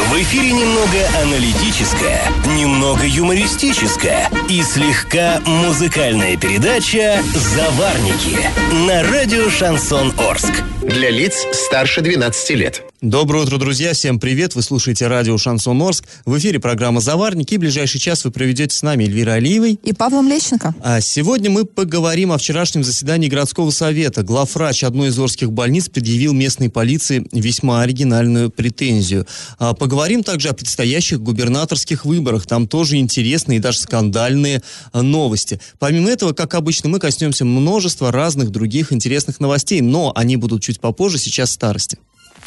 В эфире немного аналитическая, немного юмористическая и слегка музыкальная передача «Заварники» на радио «Шансон Орск». Для лиц старше 12 лет. Доброе утро, друзья. Всем привет. Вы слушаете радио «Шансон Орск». В эфире программа «Заварники». И ближайший час вы проведете с нами Эльвирой Алиевой и Павлом Лещенко. А сегодня мы поговорим о вчерашнем заседании городского совета. Главврач одной из орских больниц предъявил местной полиции весьма оригинальную претензию. Поговорим также о предстоящих губернаторских выборах. Там тоже интересные и даже скандальные новости. Помимо этого, как обычно, мы коснемся множества разных других интересных новостей, но они будут чуть попозже, сейчас старости.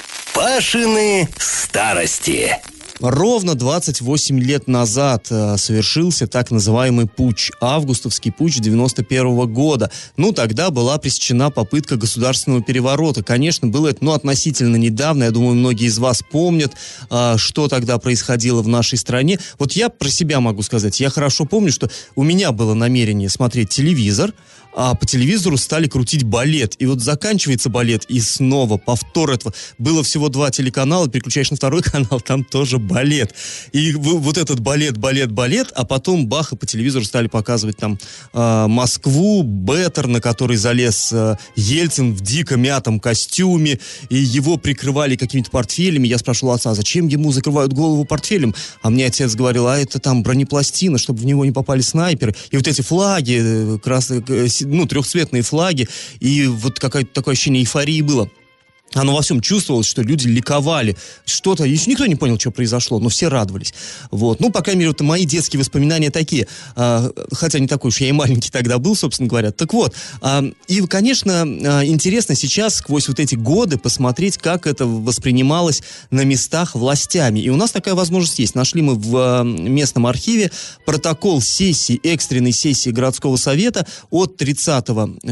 Пашины старости. Ровно 28 лет назад совершился так называемый путч, августовский путч 91 года. Тогда была пресечена попытка государственного переворота. Конечно, было это, относительно недавно. Я думаю, многие из вас помнят, что тогда происходило в нашей стране. Вот я про себя могу сказать. Я хорошо помню, что у меня было намерение смотреть телевизор, а по телевизору стали крутить балет. И вот заканчивается балет, и снова повтор этого. Было всего 2 телеканала, переключаешь на второй канал, там тоже балет. И вот этот балет, а потом бах, и по телевизору стали показывать там Москву, Беттер, на который залез Ельцин в дико мятом костюме, и его прикрывали какими-то портфелями. Я спрашивал отца, зачем ему закрывают голову портфелем? А мне отец говорил, это там бронепластина, чтобы в него не попали снайперы. И вот эти флаги, красные, трехцветные флаги, и вот какое-то такое ощущение эйфории было. Оно во всем чувствовалось, что люди ликовали. Что-то, еще никто не понял, что произошло, но все радовались. Вот. По крайней мере, мои детские воспоминания такие. Хотя не такой уж я и маленький тогда был, собственно говоря. Так вот, и, конечно, интересно сейчас, сквозь вот эти годы, посмотреть, как это воспринималось на местах властями. И у нас такая возможность есть. Нашли мы в местном архиве протокол сессии, экстренной сессии городского совета от 30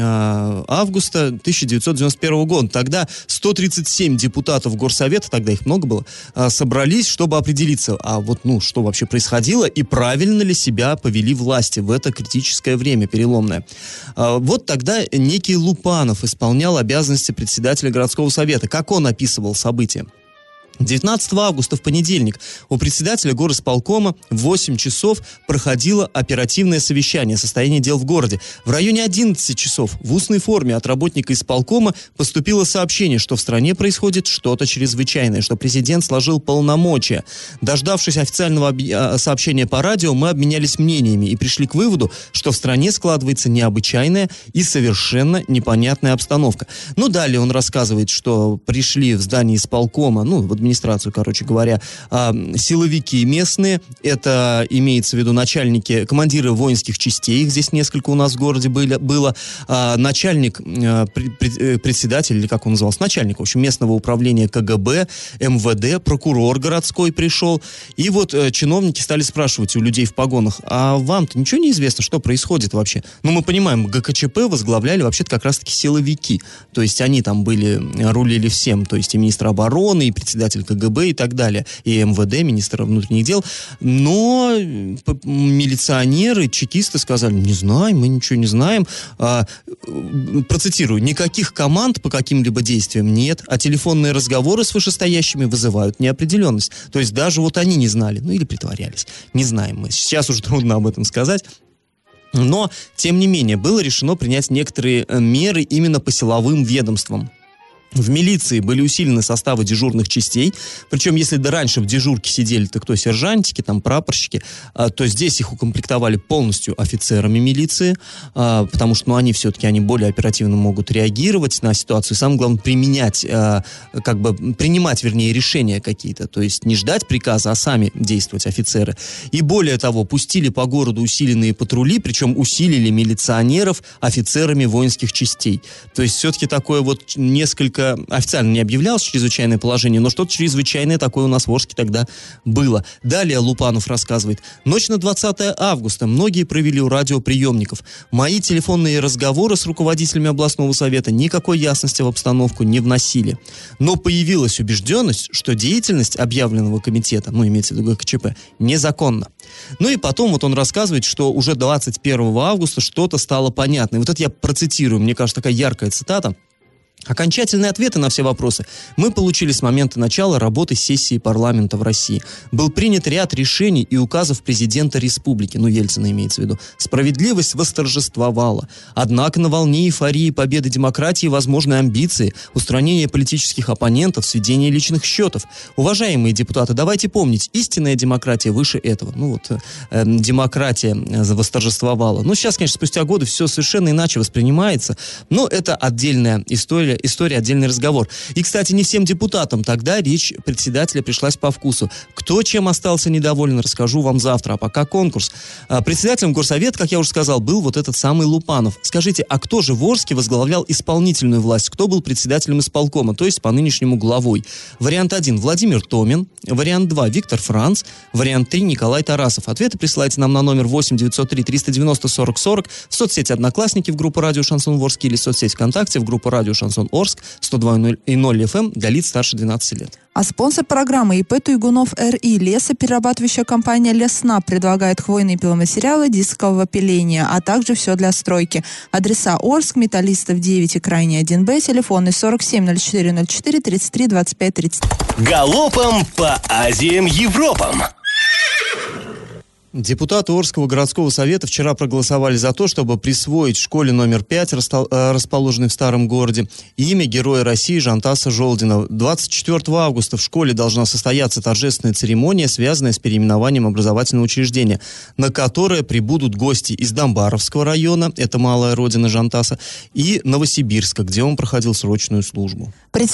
августа 1991 года. Тогда 137 депутатов горсовета, тогда их много было, собрались, чтобы определиться, что вообще происходило и правильно ли себя повели власти в это критическое время, переломное. Вот тогда некий Лупанов исполнял обязанности председателя городского совета. Как он описывал события? 19 августа, в понедельник, у председателя горисполкома в 8 часов проходило оперативное совещание состояния дел в городе. В районе 11 часов в устной форме от работника исполкома поступило сообщение, что в стране происходит что-то чрезвычайное, что президент сложил полномочия. Дождавшись официального сообщения по радио, мы обменялись мнениями и пришли к выводу, что в стране складывается необычайная и совершенно непонятная обстановка. Далее он рассказывает, что пришли в здание исполкома, в администрацию, силовики местные, это имеется в виду начальники, командиры воинских частей, их здесь несколько у нас в городе было, начальник, председатель, или как он назывался, начальник, в общем, местного управления КГБ, МВД, прокурор городской пришел, и вот чиновники стали спрашивать у людей в погонах, а вам-то ничего не известно, что происходит вообще? Мы понимаем, ГКЧП возглавляли вообще-то как раз-таки силовики, то есть они там рулили всем, то есть и министр обороны, и председатель КГБ и так далее, и МВД, министр внутренних дел, но милиционеры, чекисты сказали, не знаем, мы ничего не знаем. Процитирую, никаких команд по каким-либо действиям нет, а телефонные разговоры с вышестоящими вызывают неопределенность. То есть даже они не знали, или притворялись, не знаем мы. Сейчас уже трудно об этом сказать. Но, тем не менее, было решено принять некоторые меры именно по силовым ведомствам. В милиции были усилены составы дежурных частей, причем если раньше в дежурке сидели-то кто, сержантики, прапорщики, то здесь их укомплектовали полностью офицерами милиции, потому что они все-таки более оперативно могут реагировать на ситуацию, и самое главное принимать решения какие-то, то есть не ждать приказа, а сами действовать офицеры. И более того, пустили по городу усиленные патрули, причем усилили милиционеров офицерами воинских частей. То есть все-таки такое несколько официально не объявлялось чрезвычайное положение, но что-то чрезвычайное такое у нас в Орске тогда было. Далее Лупанов рассказывает. Ночь на 20 августа многие провели у радиоприемников. Мои телефонные разговоры с руководителями областного совета никакой ясности в обстановку не вносили. Но появилась убежденность, что деятельность объявленного комитета, имеется в виду ГКЧП, незаконна. И потом он рассказывает, что уже 21 августа что-то стало понятно. И это я процитирую, мне кажется, такая яркая цитата. Окончательные ответы на все вопросы мы получили с момента начала работы сессии парламента в России. Был принят ряд решений и указов президента республики, Ельцина имеется в виду. Справедливость восторжествовала. Однако на волне эйфории победы демократии возможны амбиции, устранение политических оппонентов, сведение личных счетов. Уважаемые депутаты, давайте помнить, истинная демократия выше этого. Демократия восторжествовала. Сейчас, конечно, спустя годы все совершенно иначе воспринимается, но это отдельная история, отдельный разговор. И, кстати, не всем депутатам тогда речь председателя пришлась по вкусу. Кто чем остался недоволен, расскажу вам завтра. А пока конкурс. Председателем Горсовета, как я уже сказал, был вот этот самый Лупанов. Скажите, а кто же в Орске возглавлял исполнительную власть? Кто был председателем исполкома, то есть по нынешнему главой? Вариант 1 – Владимир Томин. Вариант 2 – Виктор Франц. Вариант 3 – Николай Тарасов. Ответы присылайте нам на номер 8 903 390 40 40 в соцсети «Одноклассники» в группу «Радио Шансон Орск» или в соцсети ВКонтакте в группу «Радио Шансон Орск» 102.0 FM для лиц старше 12 лет. А спонсор программы ИП Туйгунов РИ, лесоперерабатывающая компания «Леснаб» предлагает хвойные пиломатериалы дискового пиления, а также все для стройки. Адреса: Орск, Металлистов 9 и Крайний 1Б, телефоны 47 04 04 33 25 30. Галопом по Азиям, Европам! Депутаты Орского городского совета вчера проголосовали за то, чтобы присвоить школе номер 5, расположенной в Старом городе, имя Героя России Жантаса Жолдина. 24 августа в школе должна состояться торжественная церемония, связанная с переименованием образовательного учреждения, на которое прибудут гости из Домбаровского района, это малая родина Жантаса, и Новосибирска, где он проходил срочную службу.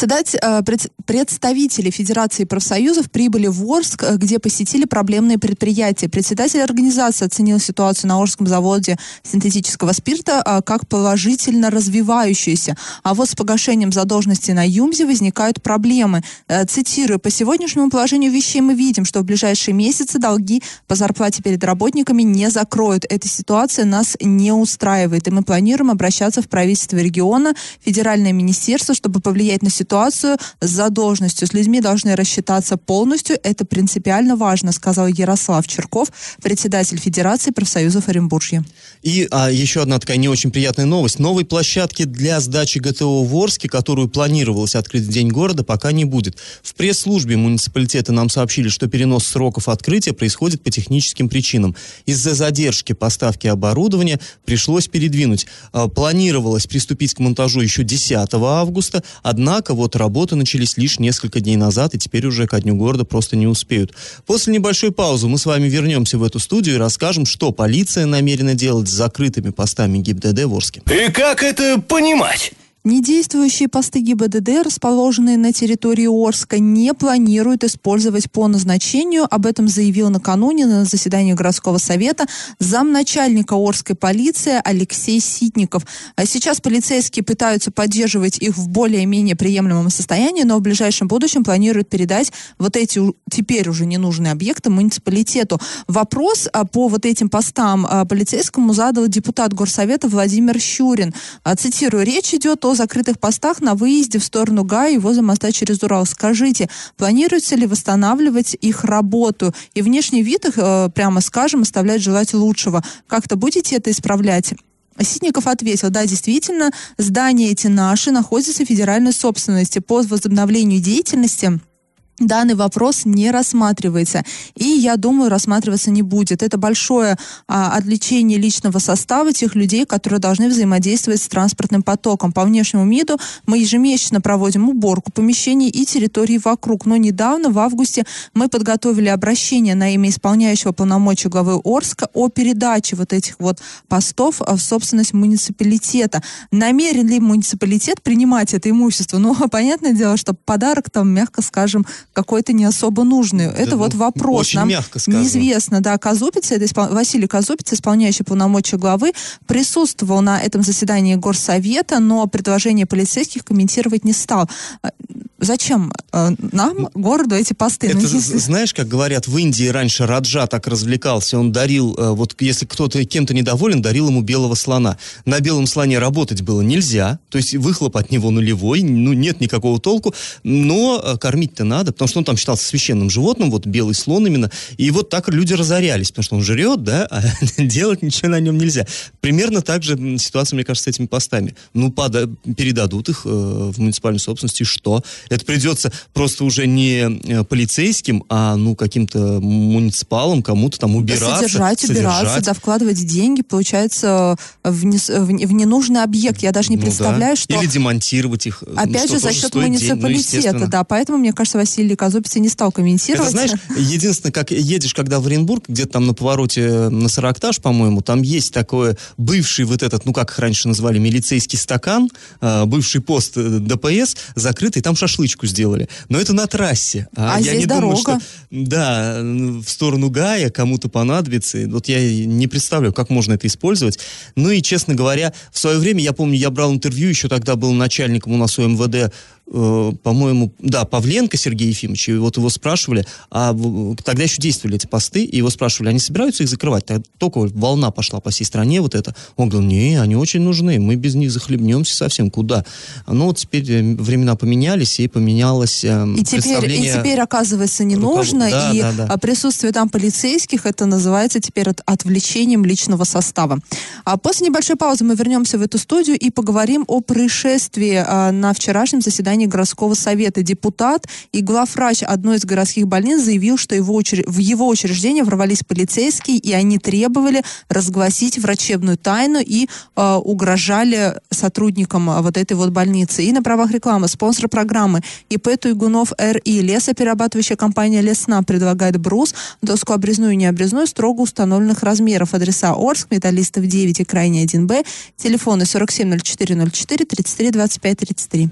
Представители Федерации профсоюзов прибыли в Орск, где посетили проблемные предприятия. Председатель организации оценил ситуацию на Орском заводе синтетического спирта как положительно развивающуюся. А вот с погашением задолженности на ЮМЗе возникают проблемы. Цитирую: «По сегодняшнему положению вещей мы видим, что в ближайшие месяцы долги по зарплате перед работниками не закроют. Эта ситуация нас не устраивает, и мы планируем обращаться в правительство региона, федеральное министерство, чтобы повлиять на ситуацию с задолженностью. С людьми должны рассчитаться полностью. Это принципиально важно», сказал Ярослав Черков, председатель Федерации профсоюзов Оренбуржья. И еще одна такая не очень приятная новость. Новой площадки для сдачи ГТО в Орске, которую планировалось открыть в День города, пока не будет. В пресс-службе муниципалитета нам сообщили, что перенос сроков открытия происходит по техническим причинам. Из-за задержки поставки оборудования пришлось передвинуть. Планировалось приступить к монтажу еще 10 августа, однако работы начались лишь несколько дней назад, и теперь уже ко Дню города просто не успеют. После небольшой паузы мы с вами вернемся в эту студию и расскажем, что полиция намерена делать с закрытыми постами ГИБДД в Орске. И как это понимать? Недействующие посты ГИБДД, расположенные на территории Орска, не планируют использовать по назначению. Об этом заявил накануне на заседании городского совета замначальника Орской полиции Алексей Ситников. Сейчас полицейские пытаются поддерживать их в более-менее приемлемом состоянии, но в ближайшем будущем планируют передать вот эти теперь уже ненужные объекты муниципалитету. Вопрос по вот этим постам полицейскому задал депутат горсовета Владимир Щурин. Цитирую: «Речь идет о закрытых постах на выезде в сторону ГАИ и возле моста через Урал. Скажите, планируется ли восстанавливать их работу? И внешний вид их, прямо скажем, оставляет желать лучшего. Как-то будете это исправлять?» Ситников ответил: «Да, действительно, здания эти наши находятся в федеральной собственности. По возобновлению деятельности данный вопрос не рассматривается. И, я думаю, рассматриваться не будет. Это большое отвлечение личного состава тех людей, которые должны взаимодействовать с транспортным потоком. По внешнему виду мы ежемесячно проводим уборку помещений и территорий вокруг. Но недавно, в августе, мы подготовили обращение на имя исполняющего полномочия главы Орска о передаче вот этих вот постов в собственность муниципалитета. Намерен ли муниципалитет принимать это имущество? Ну, понятное дело, что подарок там, мягко скажем, какой-то не особо нужный. Это вот вопрос. Очень нам мягко сказано. Неизвестно, да, Казупица, это Василий Казупица, исполняющий полномочия главы, присутствовал на этом заседании горсовета, но предложение полицейских комментировать не стал. Зачем нам, городу, эти посты? Это, знаешь, как говорят, в Индии раньше Раджа так развлекался, он дарил, вот если кто-то кем-то недоволен, дарил ему белого слона. На белом слоне работать было нельзя, то есть выхлоп от него нулевой, ну нет никакого толку, но кормить-то надо, потому потому что он там считался священным животным, вот белый слон именно, и вот так люди разорялись, потому что он жрет, да, а делать ничего на нем нельзя. Примерно так же ситуация, мне кажется, с этими постами. Ну, передадут их в муниципальную собственность, и что? Это придется просто уже не полицейским, а, ну, каким-то муниципалам, кому-то там убираться. Убираться, да, вкладывать деньги, получается, в ненужный объект. Я даже не представляю, что... Или демонтировать их. Опять же, за счет муниципалитета, да. Поэтому, мне кажется, Василий Казупиц не стал комментировать. Это, знаешь, единственное, как едешь, когда в Оренбург, где-то там на повороте на Сарыкташ, по-моему, там есть такой бывший вот этот, ну, как их раньше называли, милицейский стакан, бывший пост ДПС, закрытый, там шашлычку сделали. Но это на трассе. А я здесь не дорога. думаю, что, да, в сторону Гая кому-то понадобится. Вот я не представляю, как можно это использовать. Ну и, честно говоря, в свое время, я помню, я брал интервью, еще тогда был начальником у нас УМВД, по-моему, да, Павленко Сергей Ефимович, и вот его спрашивали, тогда еще действовали эти посты, и его спрашивали, они собираются их закрывать? Только волна пошла по всей стране вот это. Он говорил, не, они очень нужны, мы без них захлебнемся совсем, куда? Ну вот теперь времена поменялись, и поменялось представление... И теперь, оказывается, не нужно, да. Присутствие там полицейских, это называется теперь отвлечением личного состава. А после небольшой паузы мы вернемся в эту студию и поговорим о происшествии на вчерашнем заседании городского совета. Депутат и главврач одной из городских больниц заявил, что в его учреждение ворвались полицейские, и они требовали разгласить врачебную тайну и угрожали сотрудникам вот этой вот больницы. И на правах рекламы спонсор программы ИП Туйгунов РИ. Лесоперерабатывающая компания Лесна предлагает брус, доску обрезную и необрезную строго установленных размеров. Адреса: Орск, Металлистов 9 и Крайний 1Б. Телефоны 470404 33 25 33.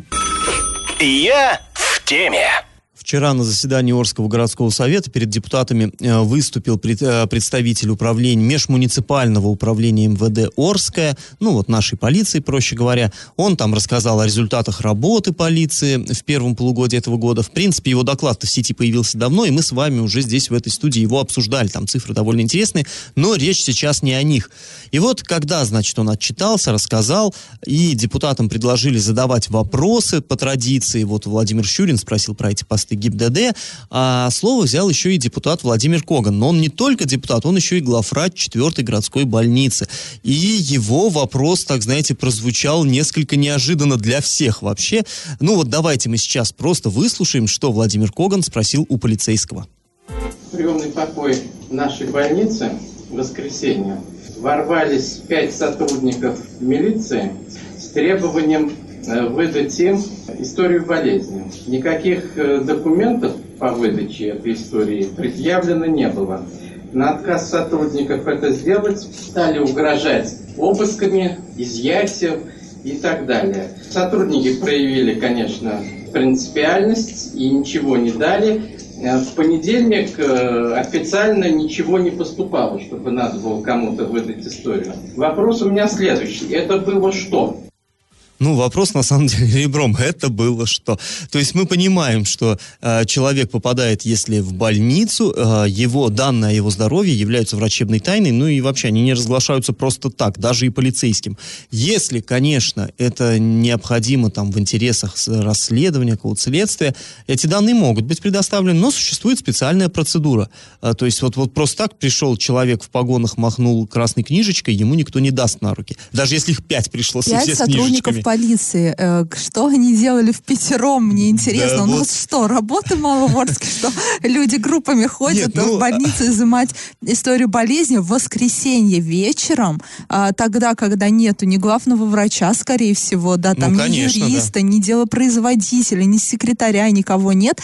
Я в теме. Вчера на заседании Орского городского совета перед депутатами выступил представитель межмуниципального управления МВД Орская, ну вот нашей полиции, проще говоря. Он там рассказал о результатах работы полиции в первом полугодии этого года. В принципе, его доклад-то в сети появился давно, и мы с вами уже здесь, в этой студии, его обсуждали. Там цифры довольно интересные, но речь сейчас не о них. И вот когда, значит, он отчитался, рассказал, и депутатам предложили задавать вопросы по традиции. Вот Владимир Щурин спросил про эти посты ГИБДД, а слово взял еще и депутат Владимир Коган. Но он не только депутат, он еще и главврач 4-й городской больницы. И его вопрос, так знаете, прозвучал несколько неожиданно для всех вообще. Ну вот давайте мы сейчас просто выслушаем, что Владимир Коган спросил у полицейского. В приемный покой нашей больницы в воскресенье ворвались 5 сотрудников милиции с требованием выдать им историю болезни. Никаких документов по выдаче этой истории предъявлено не было. На отказ сотрудников это сделать стали угрожать обысками, изъятием и так далее. Сотрудники проявили, конечно, принципиальность и ничего не дали. В понедельник официально ничего не поступало, чтобы надо было кому-то выдать историю. Вопрос у меня следующий. Это было что? Ну, вопрос, на самом деле, ребром. Это было что? То есть мы понимаем, что человек попадает, если в больницу, его данные о его здоровье являются врачебной тайной, ну и вообще они не разглашаются просто так, даже и полицейским. Если, конечно, это необходимо там в интересах расследования, какого-то следствия, эти данные могут быть предоставлены, но существует специальная процедура. То есть вот просто так пришел человек в погонах, махнул красной книжечкой, ему никто не даст на руки. Даже если их 5 пришло все с книжечками. Полиции. Что они делали впятером, мне интересно. Да, у нас что, работы мало в Орске, что люди группами ходят в больницу изымать историю болезни в воскресенье вечером, тогда, когда нету ни главного врача, скорее всего, да, там ни юриста, ни делопроизводителя, ни секретаря, никого нет.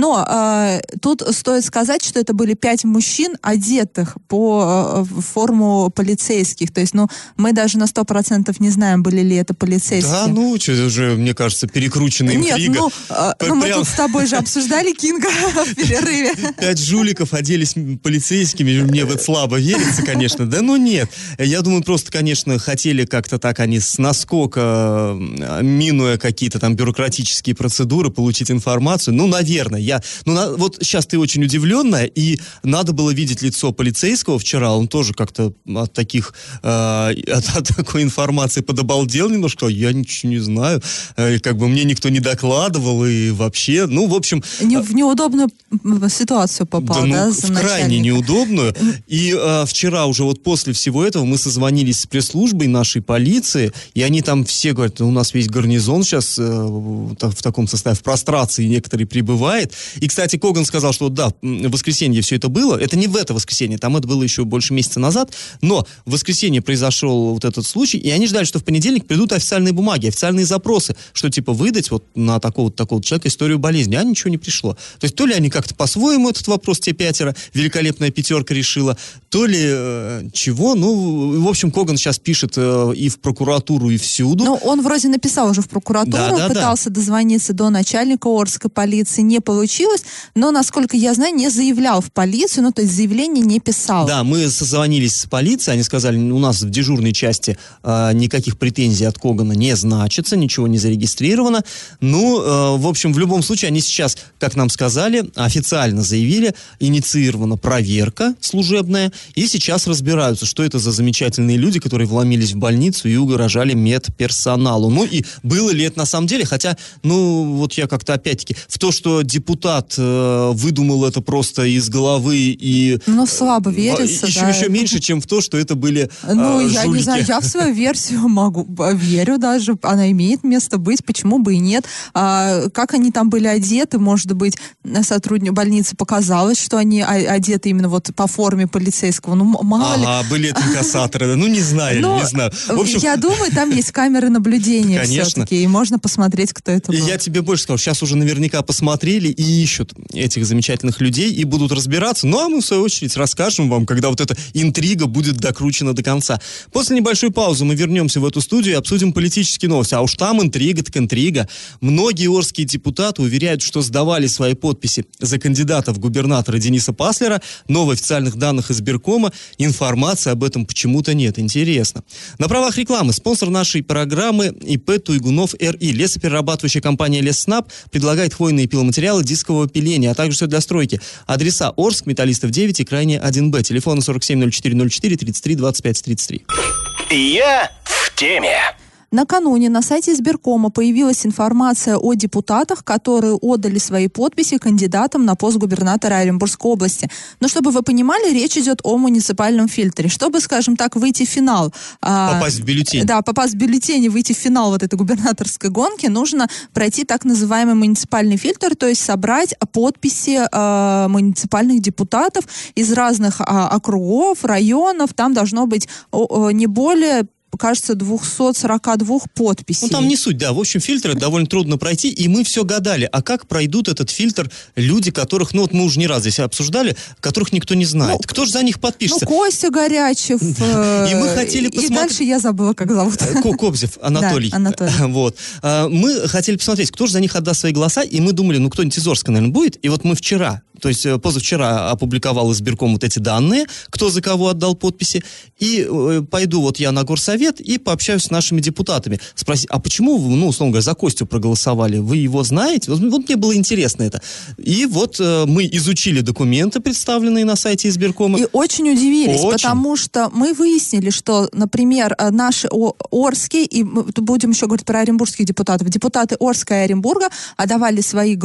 Но тут стоит сказать, что это были 5 мужчин, одетых по форму полицейских. То есть, мы даже на 100% не знаем, были ли это полицейские. Да, что уже, мне кажется, перекрученная интрига. Нет, мы тут с тобой же обсуждали Кинга в перерыве. 5 жуликов оделись полицейскими, мне вот слабо верится, конечно. Да, нет. Я думаю, просто, конечно, хотели как-то так они с наскока, минуя какие-то там бюрократические процедуры, получить информацию. Наверное. Вот сейчас ты очень удивленная, и надо было видеть лицо полицейского вчера, он тоже как-то от такой информации подобалдел немножко. Я ничего не знаю. Как бы мне никто не докладывал, и вообще, ну, в общем... В неудобную ситуацию попал, да, в крайне неудобную. И вчера уже вот после всего этого мы созвонились с пресс-службой нашей полиции, и они там все говорят, у нас весь гарнизон сейчас в таком составе, в прострации некоторые прибывает. И, кстати, Коган сказал, что да, в воскресенье все это было. Это не в это воскресенье, там это было еще больше месяца назад, но в воскресенье произошел вот этот случай, и они ждали, что в понедельник придут официальные бумаги, официальные запросы, что типа выдать вот на такого-то человека историю болезни, а ничего не пришло. То есть то ли они как-то по-своему этот вопрос, те 5, великолепная 5 решила, то ли чего, ну, в общем, Коган сейчас пишет и в прокуратуру, и всюду. Ну, он вроде написал уже в прокуратуру, пытался дозвониться до начальника Орской полиции, не получилось, но, насколько я знаю, не заявлял в полицию, ну, то есть заявление не писал. Да, мы созвонились с полицией, они сказали, у нас в дежурной части никаких претензий от Когана не значится, ничего не зарегистрировано. Ну, в общем, в любом случае, они сейчас, как нам сказали, официально заявили, инициирована проверка служебная, и сейчас разбираются, что это за замечательные люди, которые вломились в больницу и угрожали медперсоналу. Ну, и было ли это на самом деле, хотя, ну, вот я как-то опять-таки, в то, что депутат выдумал это просто из головы и... Ну, слабо верится, еще меньше, чем в то, что это были жулики. Я не знаю, я в свою версию верю даже, она имеет место быть, почему бы и нет. Как они там были одеты, может быть, сотруднику больницы показалось, что они одеты именно вот по форме полицейского, ну, мало ли. Были это инкассаторы, ну, не знаю. В общем, я думаю, там есть камеры наблюдения все-таки, и можно посмотреть, кто это был. Я тебе больше скажу, сейчас уже наверняка посмотрели и ищут этих замечательных людей и будут разбираться, ну, а мы, в свою очередь, расскажем вам, когда вот эта интрига будет докручена до конца. После небольшой паузы мы вернемся в эту студию и обсудим политические новости. А уж там интрига так интрига. Многие орские депутаты уверяют, что сдавали свои подписи за кандидата в губернаторы Дениса Паслера, но в официальных данных избиркома информации об этом почему-то нет. Интересно. На правах рекламы спонсор нашей программы ИП Туйгунов РИ. Лесоперерабатывающая компания Лесснаб предлагает хвойные пиломатериалы дискового пиления, а также все для стройки. Адреса: Орск, Металлистов 9 и Крайне 1Б. Телефоны 470404 33 25 33. Я в теме. Накануне на сайте избиркома появилась информация о депутатах, которые отдали свои подписи кандидатам на пост губернатора Оренбургской области. Но чтобы вы понимали, речь идет о муниципальном фильтре. Чтобы, скажем так, выйти в финал... Попасть в бюллетень. Да, попасть в бюллетень и выйти в финал вот этой губернаторской гонки, нужно пройти так называемый муниципальный фильтр, то есть собрать подписи муниципальных депутатов из разных округов, районов. Там должно быть не более... кажется, 242 подписей. Ну, там не суть, да. В общем, фильтры довольно трудно пройти, и мы все гадали, а как пройдут этот фильтр люди, которых, ну, вот мы уже не раз здесь обсуждали, которых никто не знает. Ну, кто же за них подпишется? Ну, Костя Горячев. И мы хотели посмотреть... И дальше я забыла, как зовут. Кобзев Анатолий. Да, Анатолий. Вот. Мы хотели посмотреть, кто же за них отдаст свои голоса, и мы думали, ну, кто-нибудь из Орска, наверное, будет. И вот мы вчера, то есть позавчера опубликовал избирком вот эти данные, кто за кого отдал подписи, и пойду вот я на горсовет и пообщаюсь с нашими депутатами. Спросить, а почему вы, ну, условно говоря, за Костю проголосовали? Вы его знаете? Вот мне было интересно это. И вот мы изучили документы, представленные на сайте избиркома. И очень удивились, потому что мы выяснили, что, например, наши орские, и мы будем еще говорить про оренбургских депутатов, депутаты Орска и Оренбурга отдавали свои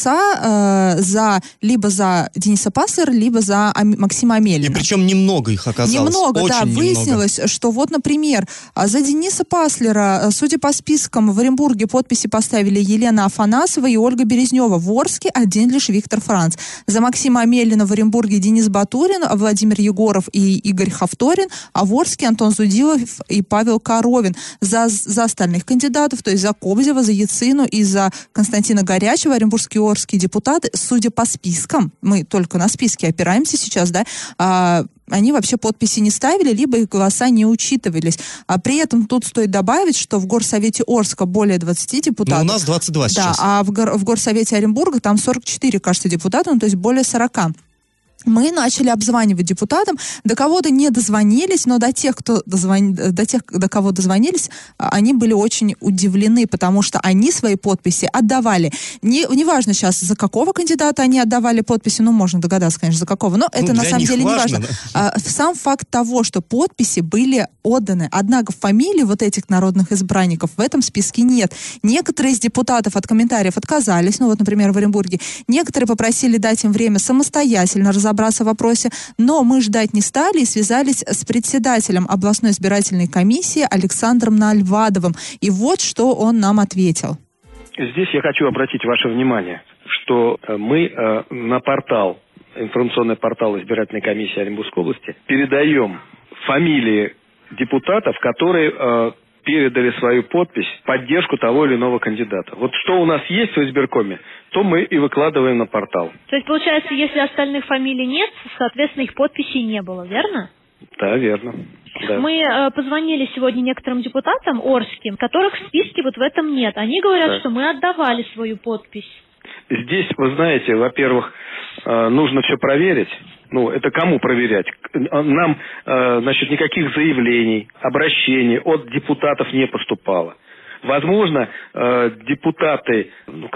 голоса либо за Дениса Паслера, либо за Максима Амелина. И причем немного их оказалось. Немного, очень да. Немного. Выяснилось, что вот, например, за Дениса Паслера, судя по спискам, в Оренбурге подписи поставили Елена Афанасова и Ольга Березнева. В Орске один лишь Виктор Франц. За Максима Амелина в Оренбурге Денис Батурин, Владимир Егоров и Игорь Хавторин, а в Орске Антон Зудилов и Павел Коровин. За остальных кандидатов, то есть за Кобзева, за Яцину и за Константина Горячева, оренбургские и орские депутаты, судя по спискам, мы только на списке опираемся сейчас, да, они вообще подписи не ставили, либо их голоса не учитывались. А при этом тут стоит добавить, что в горсовете Орска более 20 депутатов. Но у нас 22 сейчас. Да, а в горсовете Оренбурга там 44, кажется, депутата, ну, то есть более 40. мы начали обзванивать депутатам, до кого-то не дозвонились, но до тех, до кого дозвонились, они были очень удивлены, потому что они свои подписи отдавали. Неважно сейчас, за какого кандидата они отдавали подписи, можно догадаться, конечно, за какого, но это на самом деле не важно. Да? Сам факт того, что подписи были отданы, однако фамилии вот этих народных избранников в этом списке нет. Некоторые из депутатов от комментариев отказались, например, в Оренбурге, некоторые попросили дать им время самостоятельно разобраться в вопросе, но мы ждать не стали и связались с председателем областной избирательной комиссии Александром Нальвадовым. И вот что он нам ответил. Здесь я хочу обратить ваше внимание, что мы на информационный портал избирательной комиссии Оренбургской области передаем фамилии депутатов, которые передали свою подпись в поддержку того или иного кандидата. Вот что у нас есть в избиркоме, то мы и выкладываем на портал. То есть, получается, если остальных фамилий нет, соответственно, их подписей не было, верно? Да, верно. Да. Мы позвонили сегодня некоторым депутатам орским, которых в списке вот в этом нет. Они говорят, что мы отдавали свою подпись. Здесь, вы знаете, во-первых, нужно все проверить. Это кому проверять? Нам, никаких заявлений, обращений от депутатов не поступало. Возможно, депутаты,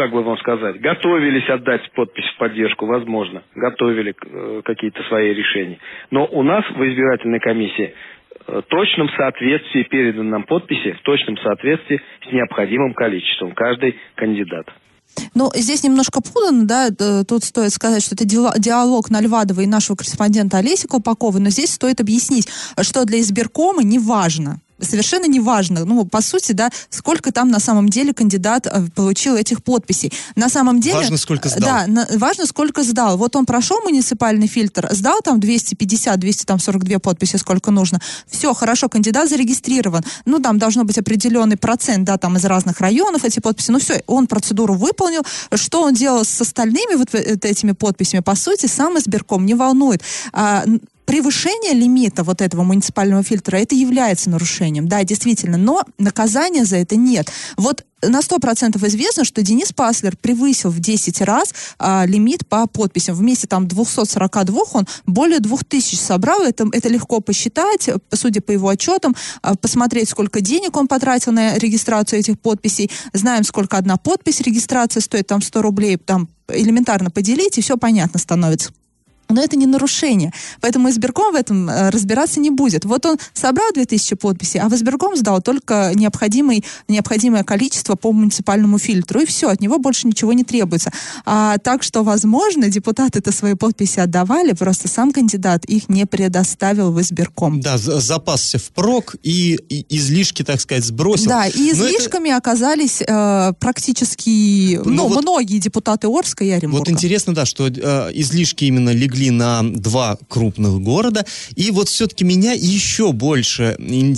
готовились отдать подпись в поддержку, возможно, готовили какие-то свои решения. Но у нас в избирательной комиссии в точном соответствии переданы нам подписи, в точном соответствии с необходимым количеством каждый кандидат. Здесь немножко путано, да, тут стоит сказать, что это диалог Нальвадова и нашего корреспондента Олеси Колпаковой, но здесь стоит объяснить, что для избиркома не важно. Совершенно не важно, по сути, да, сколько там на самом деле кандидат получил этих подписей. На самом деле... Важно, сколько сдал. Да, важно, сколько сдал. Вот он прошел муниципальный фильтр, сдал там 250-242 подписи, сколько нужно. Все, хорошо, кандидат зарегистрирован. Там должно быть определенный процент, да, там из разных районов эти подписи. Все, он процедуру выполнил. Что он делал с остальными вот этими подписями, по сути, сам избирком не волнует. Превышение лимита вот этого муниципального фильтра, это является нарушением, да, действительно, но наказания за это нет. Вот на 100% известно, что Денис Паслер превысил в 10 раз лимит по подписям. Вместе 242 он более 2000 собрал. Это легко посчитать, судя по его отчетам, посмотреть, сколько денег он потратил на регистрацию этих подписей. Знаем, сколько одна подпись, регистрация стоит 100 рублей, элементарно поделить, и все понятно становится. Но это не нарушение. Поэтому избирком в этом разбираться не будет. Вот он собрал 2000 подписей, а в избирком сдал только необходимое количество по муниципальному фильтру. И все, от него больше ничего не требуется. Так что, возможно, депутаты-то свои подписи отдавали, просто сам кандидат их не предоставил в избирком. Да, запасся впрок и излишки, так сказать, сбросил. Да, и излишками оказались практически многие депутаты Орска и Оренбурга. Вот интересно, да, что излишки именно легли на 2 крупных города. И вот все-таки мне еще более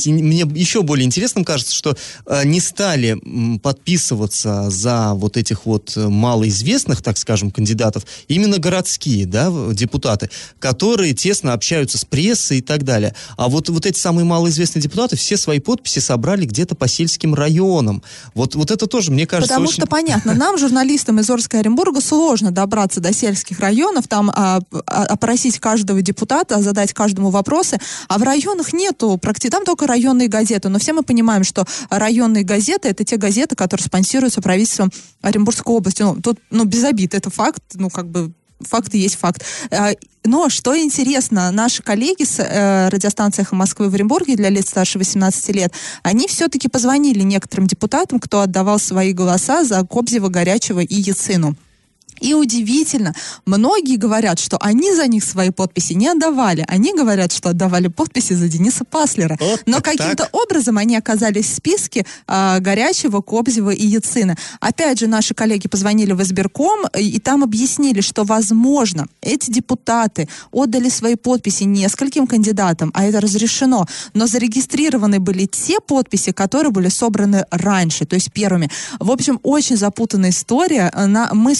интересным кажется, что не стали подписываться за вот этих вот малоизвестных, так скажем, кандидатов, именно городские, да, депутаты, которые тесно общаются с прессой и так далее. А вот эти самые малоизвестные депутаты все свои подписи собрали где-то по сельским районам. Вот это тоже, мне кажется, потому что понятно, нам, журналистам из Орска и Оренбурга, сложно добраться до сельских районов, там опросить каждого депутата, задать каждому вопросы, а в районах нету, там только районные газеты, но все мы понимаем, что районные газеты — это те газеты, которые спонсируются правительством Оренбургской области. Тут без обид, это факт, факт и есть факт. Но, что интересно, наши коллеги с радиостанции «Эхо Москвы» в Оренбурге для лиц старше 18 лет, они все-таки позвонили некоторым депутатам, кто отдавал свои голоса за Кобзева, Горячева и Яцину. И удивительно, многие говорят, что они за них свои подписи не отдавали. Они говорят, что отдавали подписи за Дениса Паслера. Но каким-то образом они оказались в списке Горячева, Кобзева и Яцина. Опять же, наши коллеги позвонили в избирком, и там объяснили, что, возможно, эти депутаты отдали свои подписи нескольким кандидатам, а это разрешено. Но зарегистрированы были те подписи, которые были собраны раньше, то есть первыми. В общем, очень запутанная история. Мы с трудом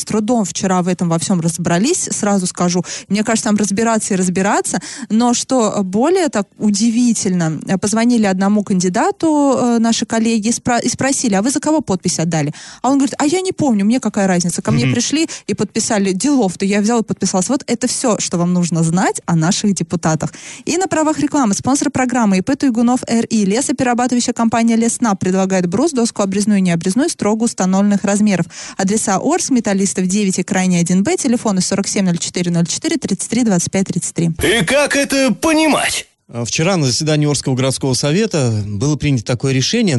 вчера в этом во всем разобрались, сразу скажу. Мне кажется, там разбираться и разбираться, но что более так удивительно, позвонили одному кандидату наши коллеги и спросили, а вы за кого подпись отдали? А он говорит, а я не помню, мне какая разница, ко мне пришли и подписали, делов-то я взял и подписался. Вот это все, что вам нужно знать о наших депутатах. И на правах рекламы спонсор программы ИП Туйгунов РИ. Лесоперерабатывающая компания Леснаб предлагает брус, доску обрезную и необрезную строго установленных размеров. Адреса Орск, Металлистов 9 и Крайний 1Б, телефоны 470404 33 25 33. И как это понимать? Вчера на заседании Орского городского совета было принято такое решение,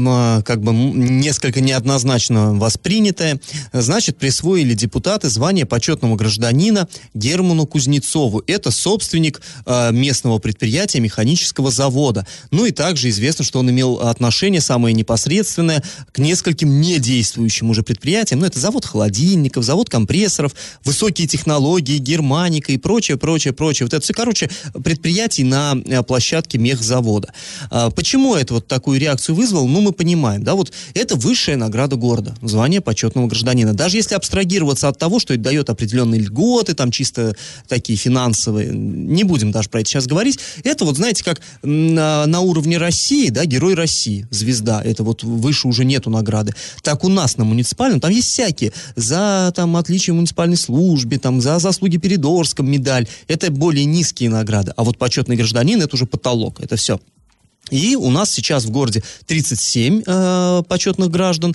несколько неоднозначно воспринятое. Значит, присвоили депутаты звание почетного гражданина Герману Кузнецову. Это собственник местного предприятия механического завода. Ну и также известно, что он имел отношение самое непосредственное к нескольким недействующим уже предприятиям. Ну, это завод холодильников, завод компрессоров, высокие технологии, германика и прочее. Вот это все, предприятий на площадке мехзавода. Почему это вот такую реакцию вызвало? Ну, мы понимаем, да, вот это высшая награда города, звание почетного гражданина. Даже если абстрагироваться от того, что это дает определенные льготы, там чисто такие финансовые, не будем даже про это сейчас говорить, это вот, знаете, как на уровне России, да, Герой России, звезда, это вот выше уже нету награды. Так у нас на муниципальном, там есть всякие, за там отличие в муниципальной службе, там за заслуги перед Орском медаль, это более низкие награды, а вот почетный гражданин это уже потолок, это все. И у нас сейчас в городе 37 почетных граждан,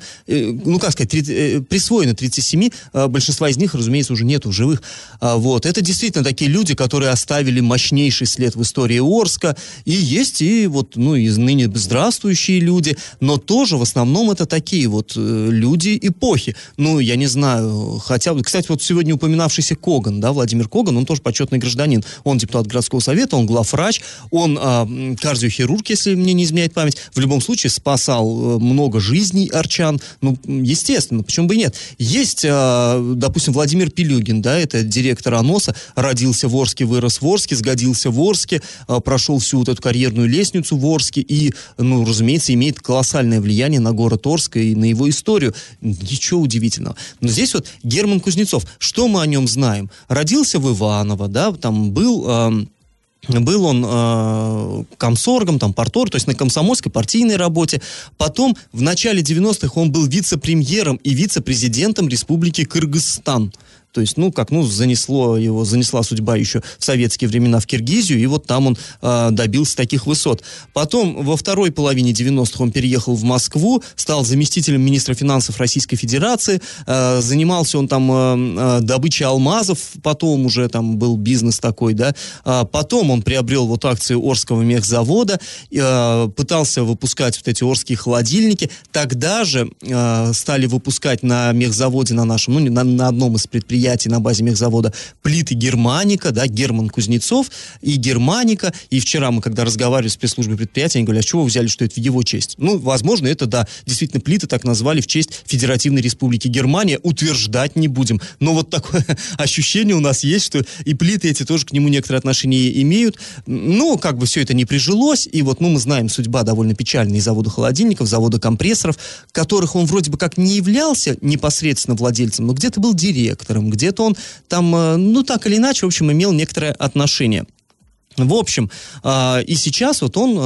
присвоено 37, большинства из них, разумеется, уже нету в живых. Это действительно такие люди, которые оставили мощнейший след в истории Орска, и есть и ныне здравствующие люди, но тоже в основном это такие вот люди эпохи. Я не знаю, кстати, вот сегодня упоминавшийся Коган, да, Владимир Коган, он тоже почетный гражданин, он депутат городского совета, он главврач, он кардиохирург, если мне не изменяет память, в любом случае спасал много жизней арчан, естественно, почему бы и нет. Есть, допустим, Владимир Пилюгин, да, это директор АНОСа, родился в Орске, вырос в Орске, сгодился в Орске, прошел всю вот эту карьерную лестницу в Орске и, разумеется, имеет колоссальное влияние на город Орск и на его историю. Ничего удивительного. Но здесь вот Герман Кузнецов, что мы о нем знаем? Родился в Иваново, да, там был он комсоргом, там, парторг, то есть на комсомольской партийной работе. Потом, в начале 90-х, он был вице-премьером и вице-президентом Республики Кыргызстан. То есть, занесла судьба еще в советские времена в Киргизию, и вот там он добился таких высот. Потом, во второй половине 90-х он переехал в Москву, стал заместителем министра финансов Российской Федерации, занимался он там добычей алмазов, потом уже там был бизнес такой, да. Потом он приобрел вот акции Орского мехзавода, пытался выпускать вот эти орские холодильники. Тогда же стали выпускать на мехзаводе на нашем, на одном из предприятий, на базе мехзавода плиты Германика, да, Герман Кузнецов и Германика. И вчера мы, когда разговаривали с пресс-службой предприятия, они говорят, а с чего вы взяли, что это в его честь? Возможно, это, да, действительно плиты так назвали в честь Федеративной Республики Германия. Утверждать не будем. Но вот такое ощущение у нас есть, что и плиты эти тоже к нему некоторые отношения имеют. Все это не прижилось. И вот, мы знаем, судьба довольно печальная и завода холодильников, завода компрессоров, которых он вроде бы как не являлся непосредственно владельцем, но где-то был директором, где-то он там, так или иначе, в общем, имел некоторое отношение. В общем, и сейчас вот он,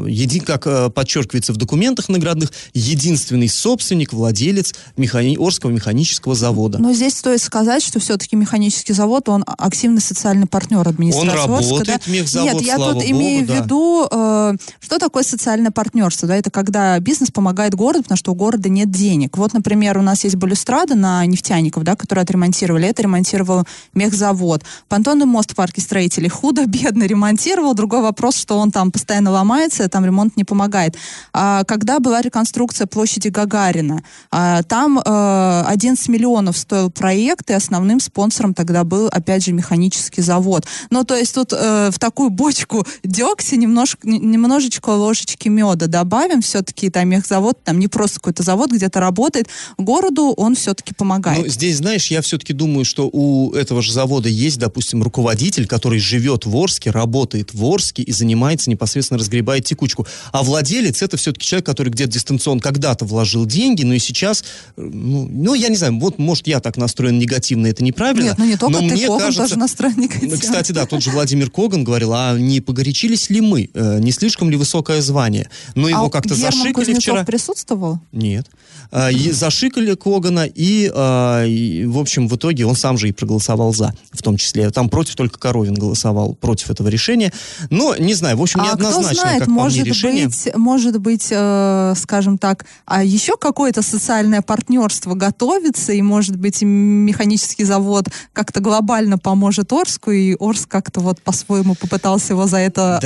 как подчеркивается в документах наградных, единственный собственник, владелец Орского механического завода. Но здесь стоит сказать, что все-таки механический завод, он активный социальный партнер администрации Орска. Он работает, да? мехзавод, Нет, я слава тут богу, имею в виду, что такое социальное партнерство. Да? Это когда бизнес помогает городу, потому что у города нет денег. Вот, например, у нас есть балюстрада на нефтяников, да, которые отремонтировали. Это ремонтировал мехзавод. Понтонный мост в парке строителей худо-бедно ремонтировал. Другой вопрос, что он там постоянно ломается, там ремонт не помогает. Когда была реконструкция площади Гагарина, там 11 миллионов стоил проект, и основным спонсором тогда был, опять же, механический завод. То есть тут в такую бочку дегтя немножечко ложечки меда добавим, все-таки там мехзавод, там не просто какой-то завод, где-то работает, городу он все-таки помогает. Здесь, знаешь, я все-таки думаю, что у этого же завода есть, допустим, руководитель, который живет в Орске, работает в Орске и занимается, непосредственно разгребает текучку. А владелец — это все-таки человек, который где-то дистанционно когда-то вложил деньги, но и сейчас, я не знаю, вот, может, я так настроен негативно, это неправильно. Нет, не только но ты, мне Коган кажется, тоже настроен негативно. Кстати, да, тот же Владимир Коган говорил, а не погорячились ли мы? Не слишком ли высокое звание? Но его как-то Герман зашикали Кузнецов вчера. Присутствовал? Нет. Зашикали Когана, и, в общем, в итоге он сам же и проголосовал за, в том числе. Там против только Коровин голосовал против этого решения. Но, не знаю, в общем, неоднозначно, кто знает, как по мне, решение. Может быть, скажем так, еще какое-то социальное партнерство готовится, и, может быть, механический завод как-то глобально поможет Орску, и Орск как-то вот по-своему попытался его за это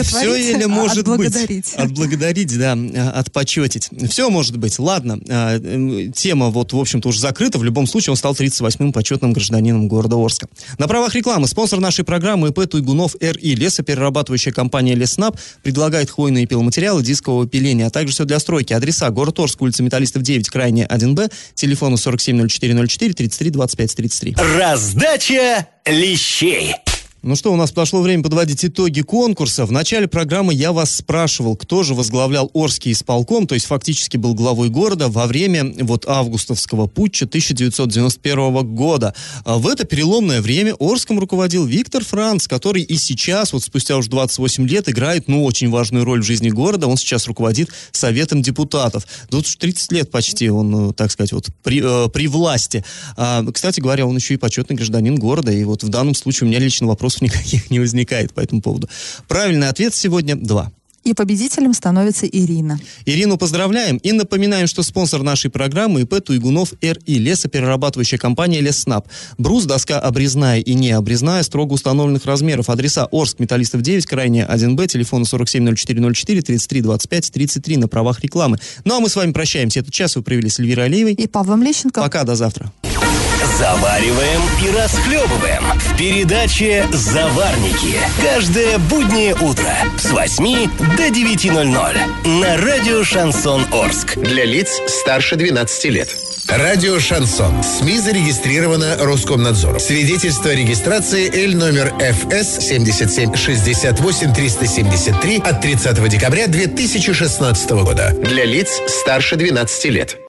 отблагодарить, да, отпочетить. Все может быть. Ладно, тема вот, в общем-то, уже закрыта. В любом случае, он стал 38-м почетным гражданином города Орска. На правах рекламы спонсор нашей программы ИП Туйгунов РИ. Лесоперерабатывающая компания Леснаб предлагает хвойные пиломатериалы дискового пиления, а также все для стройки. Адреса: город Орск, улица Металлистов 9, крайне 1Б, телефону 470404 33 25 33. Раздача лещей. Ну что, у нас подошло время подводить итоги конкурса. В начале программы я вас спрашивал, кто же возглавлял Орский исполком, то есть фактически был главой города во время вот августовского путча 1991 года. В это переломное время Орском руководил Виктор Франц, который и сейчас, вот спустя уже 28 лет, играет, очень важную роль в жизни города. Он сейчас руководит Советом депутатов. Тут уж 30 лет почти он, так сказать, вот при власти. Кстати говоря, он еще и почетный гражданин города, и вот в данном случае у меня лично вопросов никаких не возникает по этому поводу. Правильный ответ сегодня 2. И победителем становится Ирина. Ирину поздравляем и напоминаем, что спонсор нашей программы ИП Туйгунов РИ. Лесоперерабатывающая компания Леснаб. Брус, доска обрезная и необрезная, строго установленных размеров. Адреса: Орск, Металлистов 9, крайне 1Б, телефон 470404 33 25 33 на правах рекламы. Ну а мы с вами прощаемся. Этот час вы провели с Эльвирой Алиевой и Павлом Лещенко. Пока, до завтра. Завариваем и расхлебываем в передаче «Заварники». Каждое буднее утро с 8 до 9:00 на радио «Шансон Орск». Для лиц старше 12 лет. Радио «Шансон». СМИ зарегистрировано Роскомнадзором. Свидетельство о регистрации Л номер ФС 77 68 373 от 30 декабря 2016 года. Для лиц старше 12 лет.